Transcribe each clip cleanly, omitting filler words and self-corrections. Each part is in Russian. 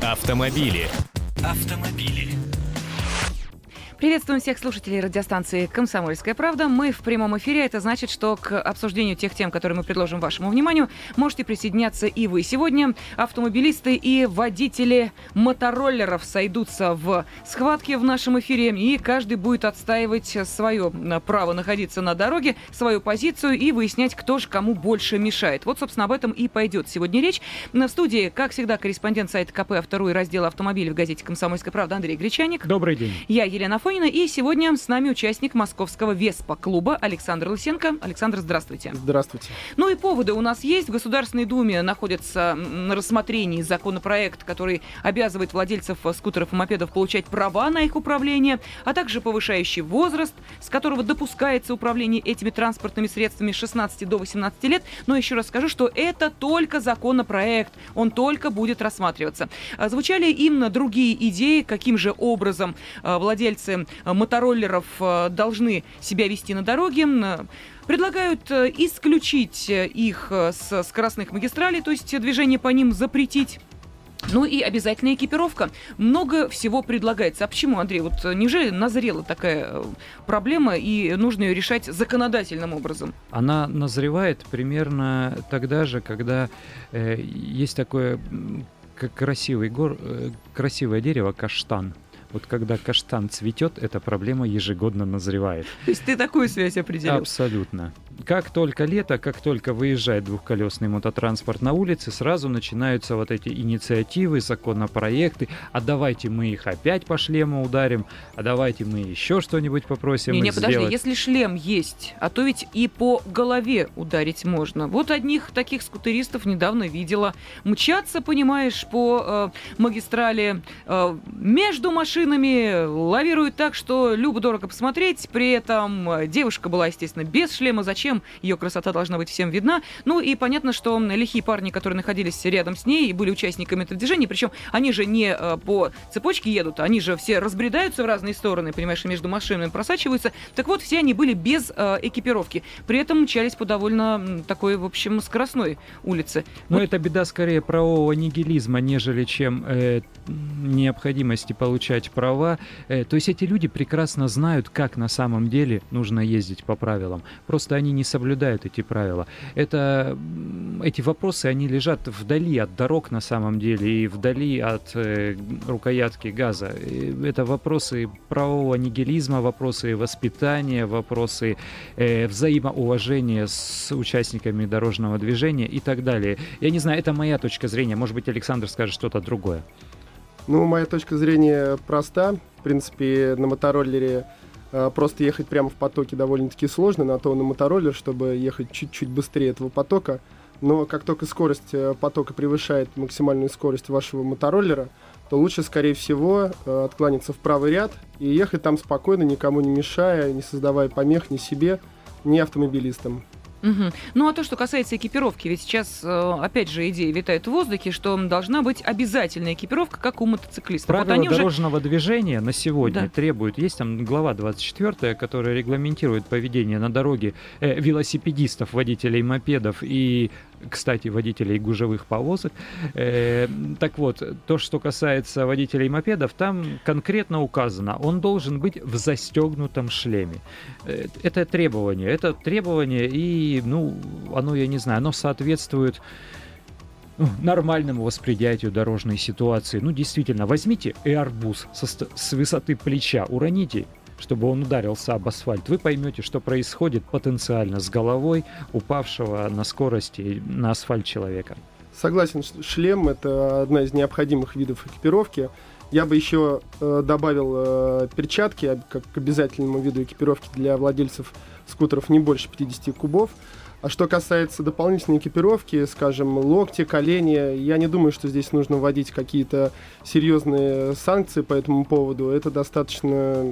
Автомобили. Приветствуем всех слушателей радиостанции «Комсомольская правда». Мы в прямом эфире. Это значит, что к обсуждению тех тем, которые мы предложим вашему вниманию, можете присоединяться и вы. Сегодня автомобилисты и водители мотороллеров сойдутся в схватке в нашем эфире, и каждый будет отстаивать свое право находиться на дороге, свою позицию и выяснять, кто же кому больше мешает. Вот, собственно, об этом и пойдет сегодня речь. В студии, как всегда, корреспондент сайта КП «Автору» и раздела «Автомобили» в газете «Комсомольская правда» Андрей Гречаник. Добрый день. Я Елена Афонина, и сегодня с нами участник московского Веспа-клуба Александр Лысенко. Александр, здравствуйте. Здравствуйте. Ну и поводы у нас есть. В Государственной Думе находится на рассмотрении законопроект, который обязывает владельцев скутеров и мопедов получать права на их управление, а также повышающий возраст, с которого допускается управление этими транспортными средствами с 16 до 18 лет. Но еще раз скажу, что это только законопроект, он только будет рассматриваться. Звучали именно другие идеи, каким же образом владельцы мотороллеров должны себя вести на дороге. Предлагают исключить их с скоростных магистралей, то есть движение по ним запретить. Ну и обязательная экипировка. Много всего предлагается. А почему, Андрей, вот неужели назрела такая проблема и нужно ее решать законодательным образом? Она назревает примерно тогда же, когда есть такое красивое дерево, каштан. Вот когда каштан цветет, эта проблема ежегодно назревает. То есть ты такую связь определил? Абсолютно. Как только лето, как только выезжает двухколесный мототранспорт на улице, сразу начинаются вот эти инициативы, законопроекты. А давайте мы их опять по шлему ударим, а давайте мы еще что-нибудь попросим их подожди, сделать. Если шлем есть, а то ведь и по голове ударить можно. Вот одних таких скутеристов недавно видела. Мчатся, понимаешь, по магистрали между машинами, лавируют так, что любо-дорого посмотреть. При этом девушка была, естественно, без шлема. Зачем? Ее красота должна быть всем видна. Ну и понятно, что лихие парни, которые находились рядом с ней и были участниками этого движения, причем они же не по цепочке едут, они же все разбредаются в разные стороны, понимаешь, и между машинами просачиваются. Так вот, все они были без экипировки. При этом мчались по довольно такой, в общем, скоростной улице. Но это беда скорее правового нигилизма, нежели чем необходимости получать права. То есть эти люди прекрасно знают, как на самом деле нужно ездить по правилам. Просто они не соблюдают эти правила. Эти вопросы, они лежат вдали от дорог на самом деле и вдали от рукоятки газа. Это вопросы правового нигилизма, вопросы воспитания, вопросы взаимоуважения с участниками дорожного движения и так далее. Я не знаю, это моя точка зрения. Может быть, Александр скажет что-то другое. Ну, моя точка зрения проста. В принципе, на мотороллере просто ехать прямо в потоке довольно-таки сложно, на то на мотороллер, чтобы ехать чуть-чуть быстрее этого потока. Но как только скорость потока превышает максимальную скорость вашего мотороллера, то лучше, скорее всего, откланяться в правый ряд и ехать там спокойно, никому не мешая, не создавая помех ни себе, ни автомобилистам. Угу. Ну а то, что касается экипировки, ведь сейчас, опять же, идея витает в воздухе, что должна быть обязательная экипировка, как у мотоциклистов. Правила дорожного движения на сегодня требуют, есть там глава 24, которая регламентирует поведение на дороге велосипедистов, водителей мопедов и, кстати, водителей гужевых повозок. Так вот, то, что касается водителей мопедов, там конкретно указано, он должен быть в застегнутом шлеме. Это требование, и, оно, я не знаю, оно соответствует нормальному восприятию дорожной ситуации. Действительно, возьмите арбуз с высоты плеча, уроните, чтобы он ударился об асфальт, вы поймете, что происходит потенциально с головой упавшего на скорости на асфальт человека. Согласен, шлем — это одна из необходимых видов экипировки. Я бы еще добавил перчатки, как к обязательному виду экипировки для владельцев скутеров не больше 50 кубов. А что касается дополнительной экипировки, скажем, локти, колени, я не думаю, что здесь нужно вводить какие-то серьезные санкции по этому поводу. Это достаточно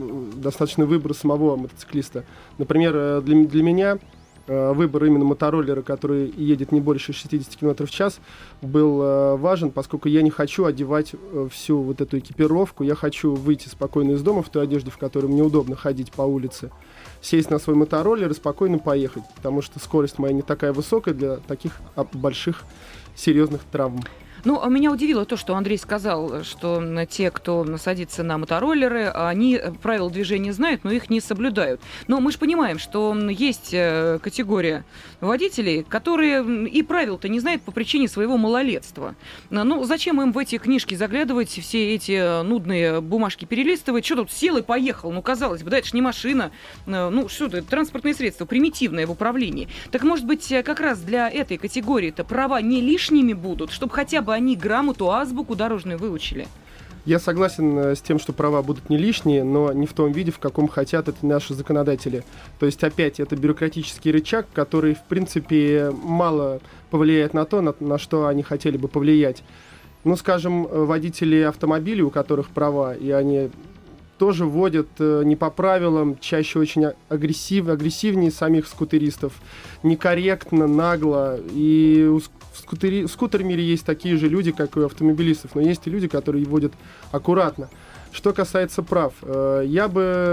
выбор самого мотоциклиста. Например, для меня выбор именно мотороллера, который едет не больше 60 км в час, был важен, поскольку я не хочу одевать всю вот эту экипировку. Я хочу выйти спокойно из дома в той одежде, в которой мне удобно ходить по улице, сесть на свой мотороллер и спокойно поехать, потому что скорость моя не такая высокая для таких больших серьезных травм. Ну, меня удивило то, что Андрей сказал, что те, кто садится на мотороллеры, они правила движения знают, но их не соблюдают. Но мы же понимаем, что есть категория водителей, которые и правил-то не знают по причине своего малолетства. Ну, зачем им в эти книжки заглядывать, все эти нудные бумажки перелистывать? Что тут сел и поехал? Ну, казалось бы, да, это ж не машина. Ну, что это, транспортное средство, примитивное в управлении. Так, может быть, как раз для этой категории-то права не лишними будут, чтобы хотя бы они грамоту, азбуку дорожную выучили? Я согласен с тем, что права будут не лишние, но не в том виде, в каком хотят это наши законодатели. То есть, опять, это бюрократический рычаг, который, в принципе, мало повлияет на то, на что они хотели бы повлиять. Ну, скажем, водители автомобилей, у которых права, и они тоже водят не по правилам, чаще очень агрессивнее самих скутеристов, некорректно, нагло. И в скутер-мире есть такие же люди, как и у автомобилистов, но есть и люди, которые водят аккуратно. Что касается прав, я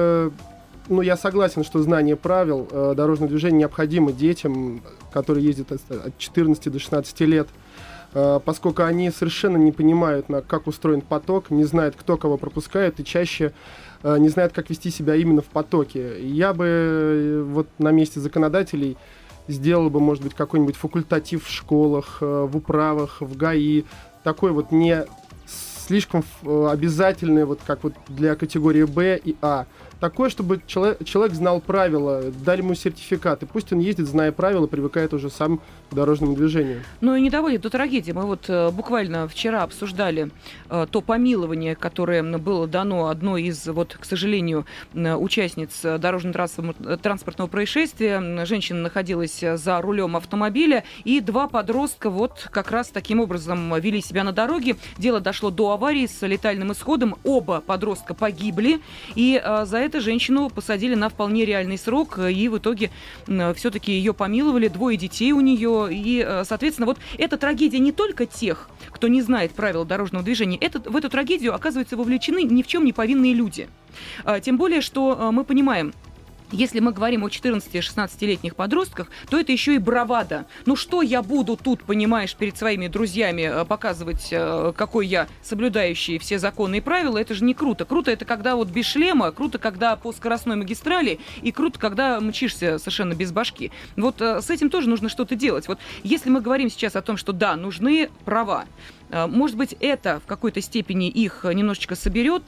согласен, что знание правил дорожного движения необходимо детям, которые ездят от 14 до 16 лет, поскольку они совершенно не понимают, как устроен поток, не знают, кто кого пропускает, и чаще не знают, как вести себя именно в потоке. Я бы вот на месте законодателей сделал бы, может быть, какой-нибудь факультатив в школах, в управах, в ГАИ, такой вот не слишком обязательный, вот как вот для категории Б и А. Такое, чтобы человек знал правила, дали ему сертификат, и пусть он ездит, зная правила, привыкает уже сам к дорожному движению. Ну и не доводит до трагедии. Мы вот буквально вчера обсуждали то помилование, которое было дано одной из, вот, к сожалению, участниц дорожно-транспортного происшествия. Женщина находилась за рулем автомобиля, и два подростка вот как раз таким образом вели себя на дороге. Дело дошло до аварии с летальным исходом. Оба подростка погибли, и за это женщину посадили на вполне реальный срок, и в итоге все-таки ее помиловали, 2 детей у нее, и, соответственно, вот эта трагедия не только тех, кто не знает правил дорожного движения, в эту трагедию, оказывается, вовлечены ни в чем не повинные люди. Тем более, что мы понимаем, если мы говорим о 14-16-летних подростках, то это еще и бравада. Ну что я буду тут, понимаешь, перед своими друзьями показывать, какой я соблюдающий все законы и правила, это же не круто. Круто это когда вот без шлема, круто, когда по скоростной магистрали, и круто, когда мчишься совершенно без башки. Вот с этим тоже нужно что-то делать. Вот если мы говорим сейчас о том, что да, нужны права, может быть, это в какой-то степени их немножечко соберет,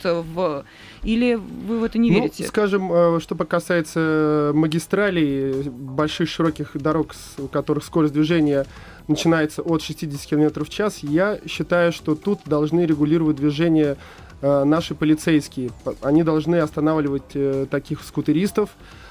или вы в это не верите? Ну, скажем, что касается магистралей, больших широких дорог, у которых скорость движения начинается от 60 км в час, я считаю, что тут должны регулировать движение наши полицейские. Они должны останавливать таких скутеристов,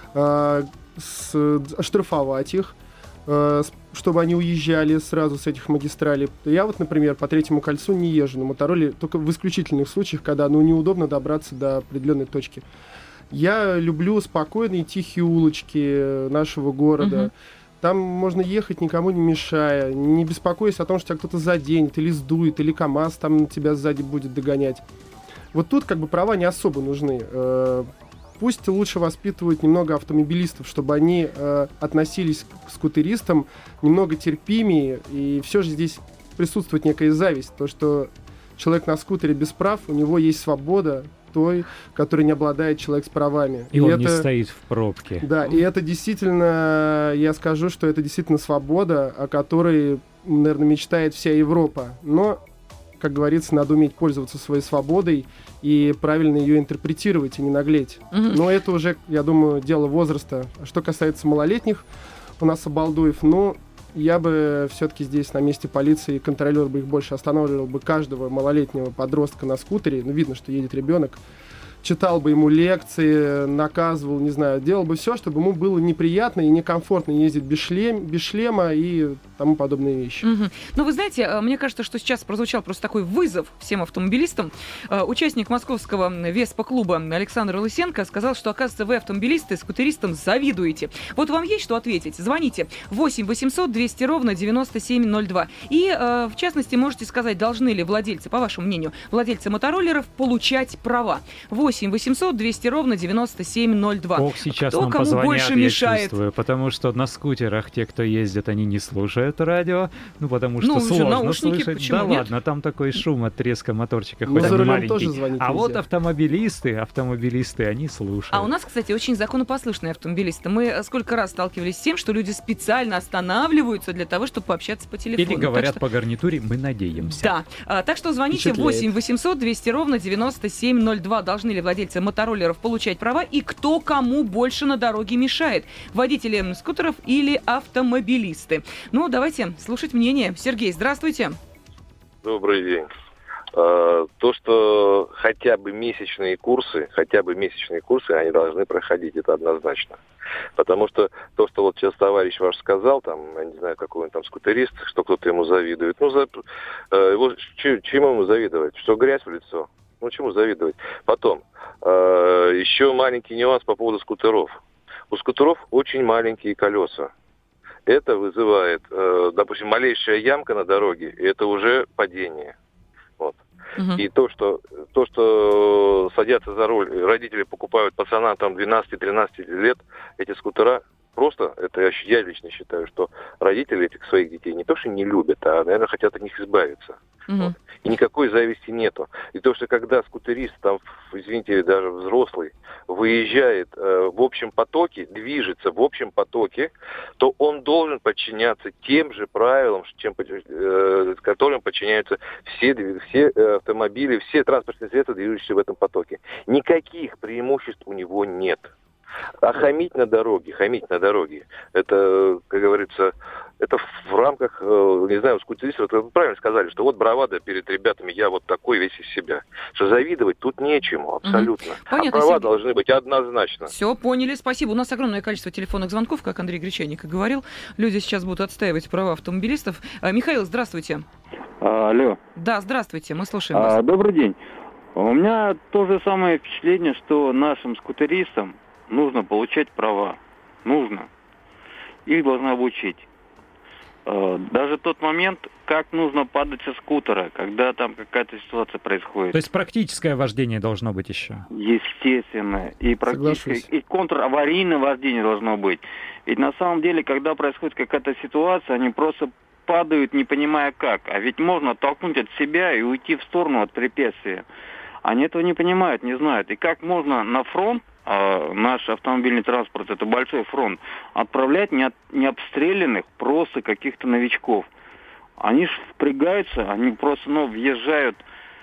оштрафовать их, чтобы они уезжали сразу с этих магистралей. Я вот, например, по Третьему кольцу не езжу на мотороллере, только в исключительных случаях, когда неудобно добраться до определенной точки. Я люблю спокойные тихие улочки нашего города. Там можно ехать, никому не мешая, не беспокоясь о том, что тебя кто-то заденет, или сдует, или КамАЗ там тебя сзади будет догонять. Вот тут как бы права не особо нужны. Пусть лучше воспитывают немного автомобилистов, чтобы они относились к скутеристам немного терпимее. И все же здесь присутствует некая зависть. То, что человек на скутере без прав, у него есть свобода той, которой не обладает человек с правами. И он не стоит в пробке. Да, и это действительно, я скажу, что это действительно свобода, о которой, наверное, мечтает вся Европа. Но, как говорится, надо уметь пользоваться своей свободой и правильно ее интерпретировать и не наглеть. Но это уже, я думаю, дело возраста. А что касается малолетних у нас обалдуев, я бы все-таки здесь на месте полиции контролер бы их больше останавливал бы каждого малолетнего подростка на скутере. Видно, что едет ребенок. Читал бы ему лекции, наказывал, не знаю, делал бы все, чтобы ему было неприятно и некомфортно ездить без шлема и тому подобные вещи. Ну, вы знаете, мне кажется, что сейчас прозвучал просто такой вызов всем автомобилистам. Участник московского Веспа-клуба Александр Лысенко сказал, что, оказывается, вы, автомобилисты, скутеристам завидуете. Вот вам есть что ответить? Звоните 8 800 200 ровно 9702. И, в частности, можете сказать, должны ли владельцы, по вашему мнению, владельцы мотороллеров получать права. 8 8 800 200 ровно 9702. Ох, сейчас Кто нам кому позвонят, больше я мешает? чувствую, потому что на скутерах те, кто ездят, они не слушают радио, потому что уже сложно наушники, слышать. почему Да нет? ладно, там такой шум от треска моторчика, Ну, хоть за они рулем маленький. тоже звонить А вот нельзя. автомобилисты, они слушают. А у нас, кстати, очень законопослушные автомобилисты. Мы сколько раз сталкивались с тем, что люди специально останавливаются для того, чтобы пообщаться по телефону. Или говорят по гарнитуре, мы надеемся. Да. Так что звоните 8 800 200 ровно 9702. Должны ли владельцы мотороллеров получать права и кто кому больше на дороге мешает? Водители скутеров или автомобилисты? Ну, давайте слушать мнение. Сергей, здравствуйте. Добрый день. То, что хотя бы месячные курсы, они должны проходить, это однозначно. Потому что то, что вот сейчас товарищ ваш сказал, там, я не знаю, какой он там скутерист, что кто-то ему завидует. Чему ему завидовать? Что грязь в лицо? Чему завидовать? Потом, еще маленький нюанс по поводу скутеров. У скутеров очень маленькие колеса. Это вызывает, допустим, малейшая ямка на дороге, и это уже падение. Вот. И то, что садятся за руль, родители покупают пацанам там 12-13 лет эти скутера, просто, это я лично считаю, что родители этих своих детей не то, что не любят, а, наверное, хотят от них избавиться. Вот. И никакой зависти нету. И то, что когда скутерист, там, извините, даже взрослый, выезжает в общем потоке, движется в общем потоке, то он должен подчиняться тем же правилам, которым подчиняются все автомобили, все транспортные средства, движущиеся в этом потоке. Никаких преимуществ у него нет. А хамить на дороге, это, как говорится, это в рамках, не знаю, скутеристов, вы правильно сказали, что вот бравада перед ребятами, я вот такой весь из себя. Что завидовать тут нечему, абсолютно. Понятно, а права Сергей. должны быть однозначно. Все, поняли, спасибо. У нас огромное количество телефонных звонков, как Андрей Гречаник и говорил. Люди сейчас будут отстаивать права автомобилистов. Михаил, здравствуйте. Алло. Да, здравствуйте, мы слушаем вас. Добрый день. У меня то же самое впечатление, что нашим скутеристам нужно получать права. Нужно. Их должны обучить. Даже тот момент, как нужно падать со скутера, когда там какая-то ситуация происходит. То есть практическое вождение должно быть еще? Естественно. И практическое, и контраварийное вождение должно быть. Ведь на самом деле, когда происходит какая-то ситуация, они просто падают, не понимая как. А ведь можно оттолкнуть от себя и уйти в сторону от препятствия. Они этого не понимают, не знают. И как можно на фронт, наш автомобильный транспорт, это большой фронт, отправлять не обстрелянных, просто каких-то новичков. Они ж впрягаются, они просто въезжают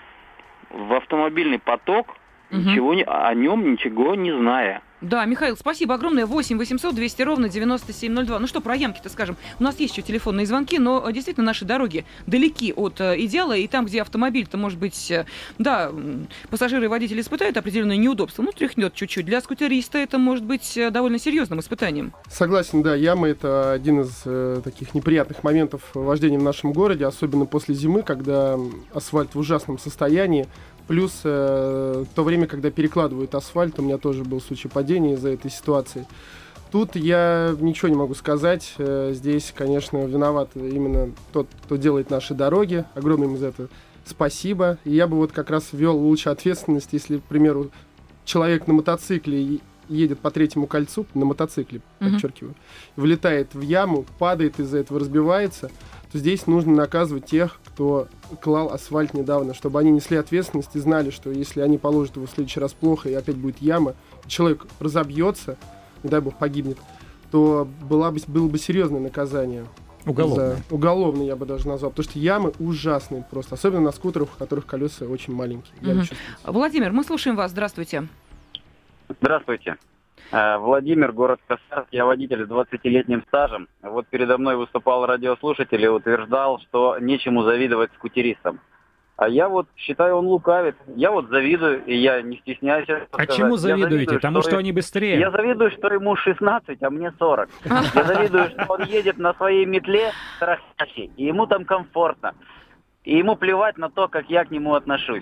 в автомобильный поток, о нем ничего не зная. Да, Михаил, спасибо огромное. 8 800 200 ровно 9702. Ну что, про ямки-то скажем. У нас есть еще телефонные звонки, но действительно наши дороги далеки от идеала. И там, где автомобиль-то, может быть, да, пассажиры и водители испытают определенное неудобство, тряхнет чуть-чуть. Для скутериста это может быть довольно серьезным испытанием. Согласен, да, ямы — это один из таких неприятных моментов вождения в нашем городе, особенно после зимы, когда асфальт в ужасном состоянии. Плюс то время, когда перекладывают асфальт, у меня тоже был случай падения из-за этой ситуации. Тут я ничего не могу сказать. Здесь, конечно, виноват именно тот, кто делает наши дороги. Огромное им за это спасибо. И я бы вот как раз ввел лучше ответственность, если, к примеру, человек на мотоцикле едет по третьему кольцу, на мотоцикле, подчеркиваю, влетает в яму, падает из-за этого, разбивается, то здесь нужно наказывать тех, кто клал асфальт недавно, чтобы они несли ответственность и знали, что если они положат его в следующий раз плохо и опять будет яма, человек разобьется, не дай бог погибнет, то было бы серьезное наказание. Уголовное я бы даже назвал, потому что ямы ужасные просто, особенно на скутерах, у которых колеса очень маленькие. Владимир, мы слушаем вас, здравствуйте. Здравствуйте. Владимир, город Красавск, я водитель с 20-летним стажем. Вот передо мной выступал радиослушатель и утверждал, что нечему завидовать скутеристам. А я вот считаю, он лукавит. Я вот завидую, и я не стесняюсь это сказать. Чему завидуете? Тому, что они быстрее? Я завидую, что ему 16, а мне 40. Я завидую, что он едет на своей метле тарахтящей, и ему там комфортно. И ему плевать на то, как я к нему отношусь.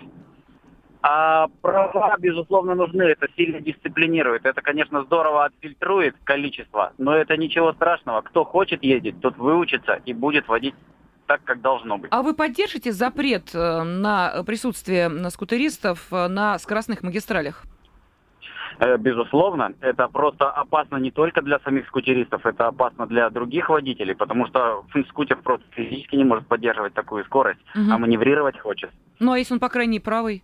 А права, безусловно, нужны, это сильно дисциплинирует. Это, конечно, здорово отфильтрует количество, но это ничего страшного. Кто хочет ездить, тот выучится и будет водить так, как должно быть. А вы поддержите запрет на присутствие скутеристов на скоростных магистралях? безусловно, это просто опасно не только для самих скутеристов, это опасно для других водителей, потому что скутер просто физически не может поддерживать такую скорость, а маневрировать хочет. Ну, а если он по крайней правой?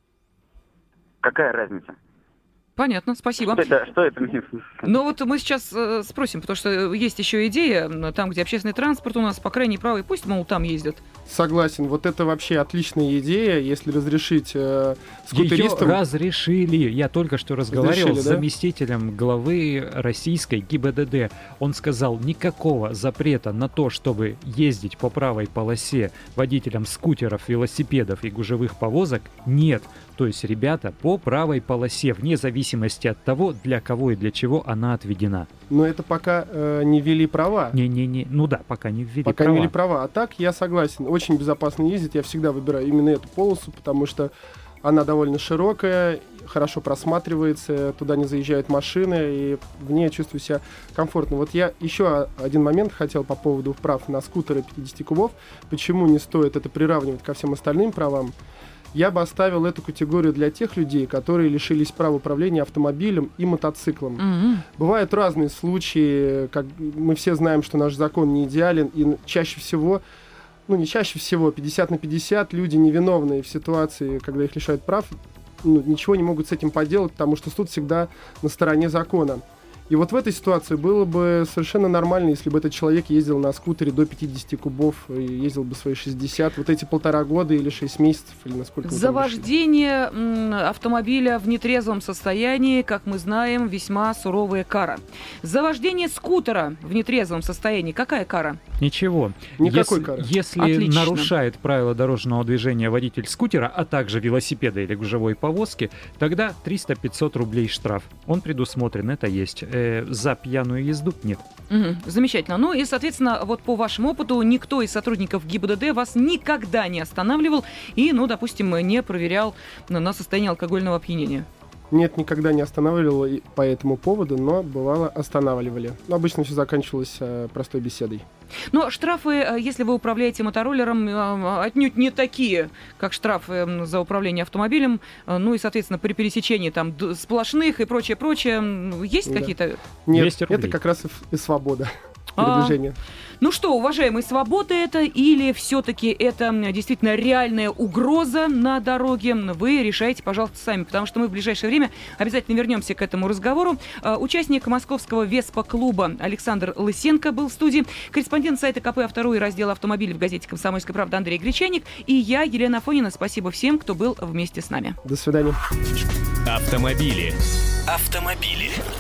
Какая разница? Понятно, спасибо. Что это? Ну вот мы сейчас спросим, потому что есть еще идея, там, где общественный транспорт у нас по крайней правой, пусть, мол, там ездят. Согласен, вот это вообще отличная идея, если разрешить скутеристам... Ее разрешили. Я только что разговаривал с заместителем главы российской ГИБДД. Он сказал, никакого запрета на то, чтобы ездить по правой полосе водителям скутеров, велосипедов и гужевых повозок нет. То есть, ребята, по правой полосе, вне зависимости от того, для кого и для чего она отведена. Но это пока не ввели права. Ну да, пока не ввели права. Пока не ввели права. А так, я согласен, очень безопасно ездить. Я всегда выбираю именно эту полосу, потому что она довольно широкая, хорошо просматривается, туда не заезжают машины, и в ней я чувствую себя комфортно. Вот я еще один момент хотел по поводу прав на скутеры 50 кубов. Почему не стоит это приравнивать ко всем остальным правам? Я бы оставил эту категорию для тех людей, которые лишились права управления автомобилем и мотоциклом. Бывают разные случаи, как мы все знаем, что наш закон не идеален, и чаще всего, не чаще всего, 50/50 люди невиновные в ситуации, когда их лишают прав, ничего не могут с этим поделать, потому что суд всегда на стороне закона. И вот в этой ситуации было бы совершенно нормально, если бы этот человек ездил на скутере до 50 кубов, и ездил бы свои 60, вот эти 1,5 года или 6 месяцев, или насколько... За вождение автомобиля в нетрезвом состоянии, как мы знаем, весьма суровая кара. За вождение скутера в нетрезвом состоянии какая кара? Ничего. Никакой кары. Если Отлично. нарушает правила дорожного движения водитель скутера, а также велосипеда или гужевой повозки, тогда 300-500 рублей штраф. Он предусмотрен, это есть. За пьяную езду нет. Замечательно. Ну и, соответственно, вот по вашему опыту никто из сотрудников ГИБДД вас никогда не останавливал и, допустим, не проверял на состояние алкогольного опьянения. Нет, никогда не останавливал по этому поводу, но бывало останавливали. Но обычно все заканчивалось простой беседой. Но штрафы, если вы управляете мотороллером, отнюдь не такие, как штрафы за управление автомобилем. Ну и, соответственно, при пересечении там сплошных и прочее. Есть какие-то? Нет, это как раз и свобода передвижения. Ну что, уважаемые, свобода это или все-таки это действительно реальная угроза на дороге? Вы решайте, пожалуйста, сами, потому что мы в ближайшее время обязательно вернемся к этому разговору. Участник московского Веспа-клуба Александр Лысенко был в студии, корреспондент сайта КП «Авто.ру» и раздела «Автомобили» в газете «Комсомольская правда» Андрей Гречаник и я, Елена Афонина. Спасибо всем, кто был вместе с нами. До свидания. Автомобили.